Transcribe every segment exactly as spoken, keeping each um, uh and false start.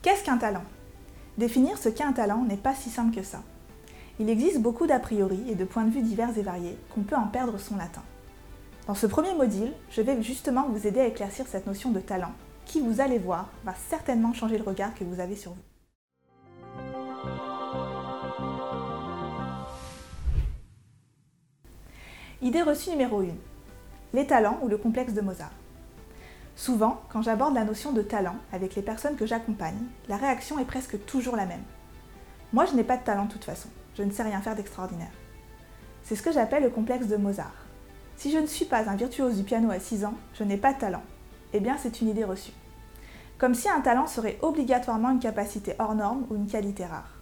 Qu'est-ce qu'un talent? Définir ce qu'est un talent n'est pas si simple que ça. Il existe beaucoup d'a priori et de points de vue divers et variés qu'on peut en perdre son latin. Dans ce premier module, je vais justement vous aider à éclaircir cette notion de talent, qui, vous allez voir, va certainement changer le regard que vous avez sur vous. Idée reçue numéro un. Les talents ou le complexe de Mozart. Souvent, quand j'aborde la notion de talent avec les personnes que j'accompagne, la réaction est presque toujours la même. Moi, je n'ai pas de talent de toute façon, je ne sais rien faire d'extraordinaire. C'est ce que j'appelle le complexe de Mozart. Si je ne suis pas un virtuose du piano à six ans, je n'ai pas de talent. Eh bien, c'est une idée reçue. Comme si un talent serait obligatoirement une capacité hors norme ou une qualité rare.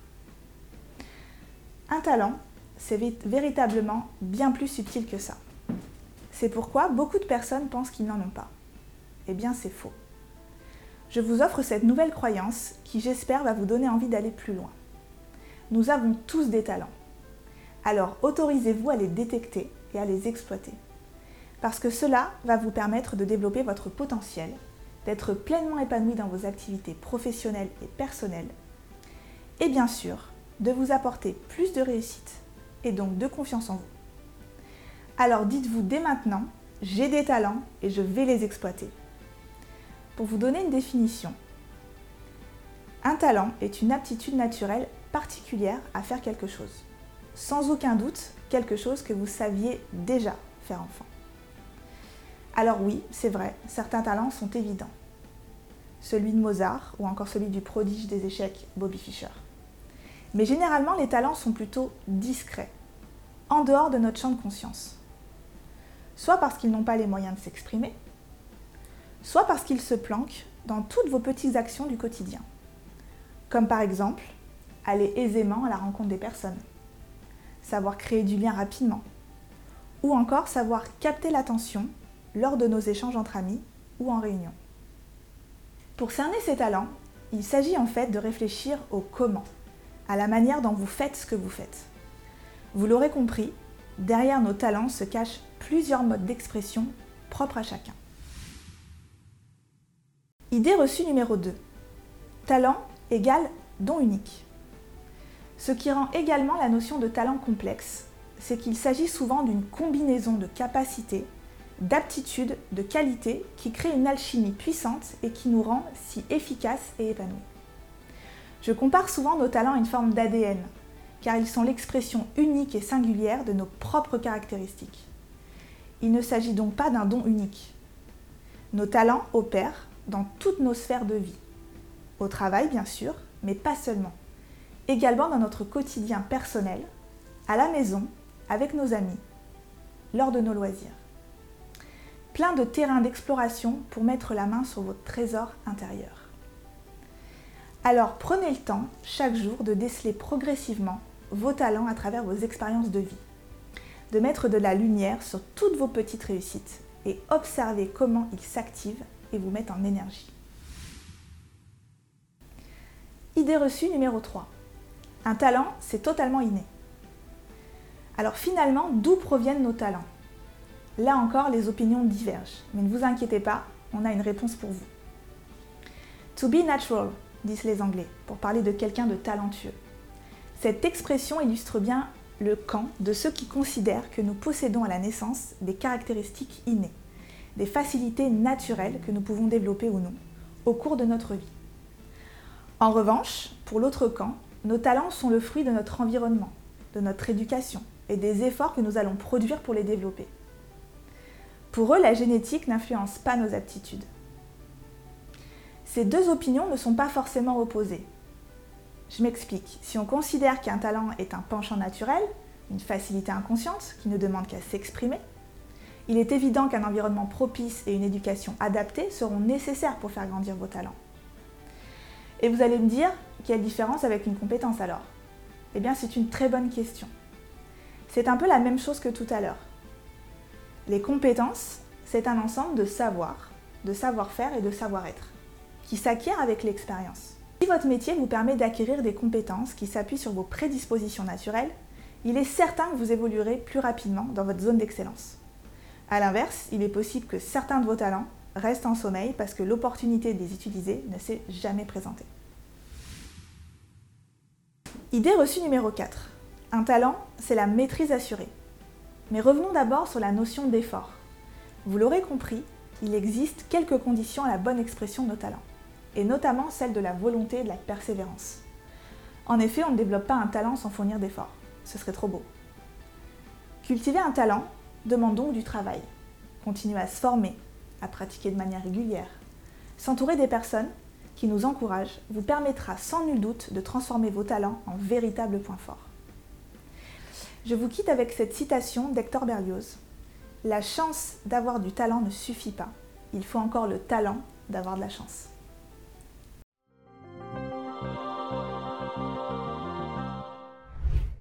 Un talent, c'est véritablement bien plus subtil que ça. C'est pourquoi beaucoup de personnes pensent qu'ils n'en ont pas. Eh bien, c'est faux. Je vous offre cette nouvelle croyance qui, j'espère, va vous donner envie d'aller plus loin. Nous avons tous des talents. Alors, autorisez-vous à les détecter et à les exploiter. Parce que cela va vous permettre de développer votre potentiel, d'être pleinement épanoui dans vos activités professionnelles et personnelles, et bien sûr, de vous apporter plus de réussite et donc de confiance en vous. Alors dites-vous dès maintenant, j'ai des talents et je vais les exploiter. Pour vous donner une définition, un talent est une aptitude naturelle particulière à faire quelque chose. Sans aucun doute, quelque chose que vous saviez déjà faire enfant. Alors oui, c'est vrai, certains talents sont évidents. Celui de Mozart ou encore celui du prodige des échecs Bobby Fischer. Mais généralement, les talents sont plutôt discrets, en dehors de notre champ de conscience. Soit parce qu'ils n'ont pas les moyens de s'exprimer, soit parce qu'ils se planquent dans toutes vos petites actions du quotidien. Comme par exemple, aller aisément à la rencontre des personnes, savoir créer du lien rapidement, ou encore savoir capter l'attention lors de nos échanges entre amis ou en réunion. Pour cerner ces talents, il s'agit en fait de réfléchir au comment, à la manière dont vous faites ce que vous faites. Vous l'aurez compris, derrière nos talents se cachent plusieurs modes d'expression propres à chacun. Idée reçue numéro deux. Talent égale don unique. Ce qui rend également la notion de talent complexe, c'est qu'il s'agit souvent d'une combinaison de capacités, d'aptitudes, de qualités qui crée une alchimie puissante et qui nous rend si efficaces et épanouis. Je compare souvent nos talents à une forme d'A D N, car ils sont l'expression unique et singulière de nos propres caractéristiques. Il ne s'agit donc pas d'un don unique. Nos talents opèrent dans toutes nos sphères de vie. Au travail, bien sûr, mais pas seulement. Également dans notre quotidien personnel, à la maison, avec nos amis, lors de nos loisirs. Plein de terrains d'exploration pour mettre la main sur votre trésor intérieur. Alors prenez le temps, chaque jour, de déceler progressivement vos talents à travers vos expériences de vie. De mettre de la lumière sur toutes vos petites réussites et observez comment ils s'activent et vous mettent en énergie. Idée reçue numéro trois. Un talent, c'est totalement inné. Alors finalement, d'où proviennent nos talents? Là encore, les opinions divergent, mais ne vous inquiétez pas, on a une réponse pour vous. To be natural, disent les Anglais, pour parler de quelqu'un de talentueux. Cette expression illustre bien le camp de ceux qui considèrent que nous possédons à la naissance des caractéristiques innées, des facilités naturelles que nous pouvons développer ou non au cours de notre vie. En revanche, pour l'autre camp, nos talents sont le fruit de notre environnement, de notre éducation et des efforts que nous allons produire pour les développer. Pour eux, la génétique n'influence pas nos aptitudes. Ces deux opinions ne sont pas forcément opposées. Je m'explique. Si on considère qu'un talent est un penchant naturel, une facilité inconsciente qui ne demande qu'à s'exprimer, il est évident qu'un environnement propice et une éducation adaptée seront nécessaires pour faire grandir vos talents. Et vous allez me dire, quelle différence avec une compétence alors? Eh bien, c'est une très bonne question. C'est un peu la même chose que tout à l'heure. Les compétences, c'est un ensemble de savoir, de savoir-faire et de savoir-être, qui s'acquiert avec l'expérience. Si votre métier vous permet d'acquérir des compétences qui s'appuient sur vos prédispositions naturelles, il est certain que vous évoluerez plus rapidement dans votre zone d'excellence. A l'inverse, il est possible que certains de vos talents restent en sommeil parce que l'opportunité de les utiliser ne s'est jamais présentée. Idée reçue numéro quatre. Un talent, c'est la maîtrise assurée. Mais revenons d'abord sur la notion d'effort. Vous l'aurez compris, il existe quelques conditions à la bonne expression de nos talents, et notamment celle de la volonté et de la persévérance. En effet, on ne développe pas un talent sans fournir d'efforts. Ce serait trop beau. Cultiver un talent demande donc du travail. Continuer à se former, à pratiquer de manière régulière. S'entourer des personnes qui nous encouragent vous permettra sans nul doute de transformer vos talents en véritables points forts. Je vous quitte avec cette citation d'Hector Berlioz. La chance d'avoir du talent ne suffit pas. Il faut encore le talent d'avoir de la chance.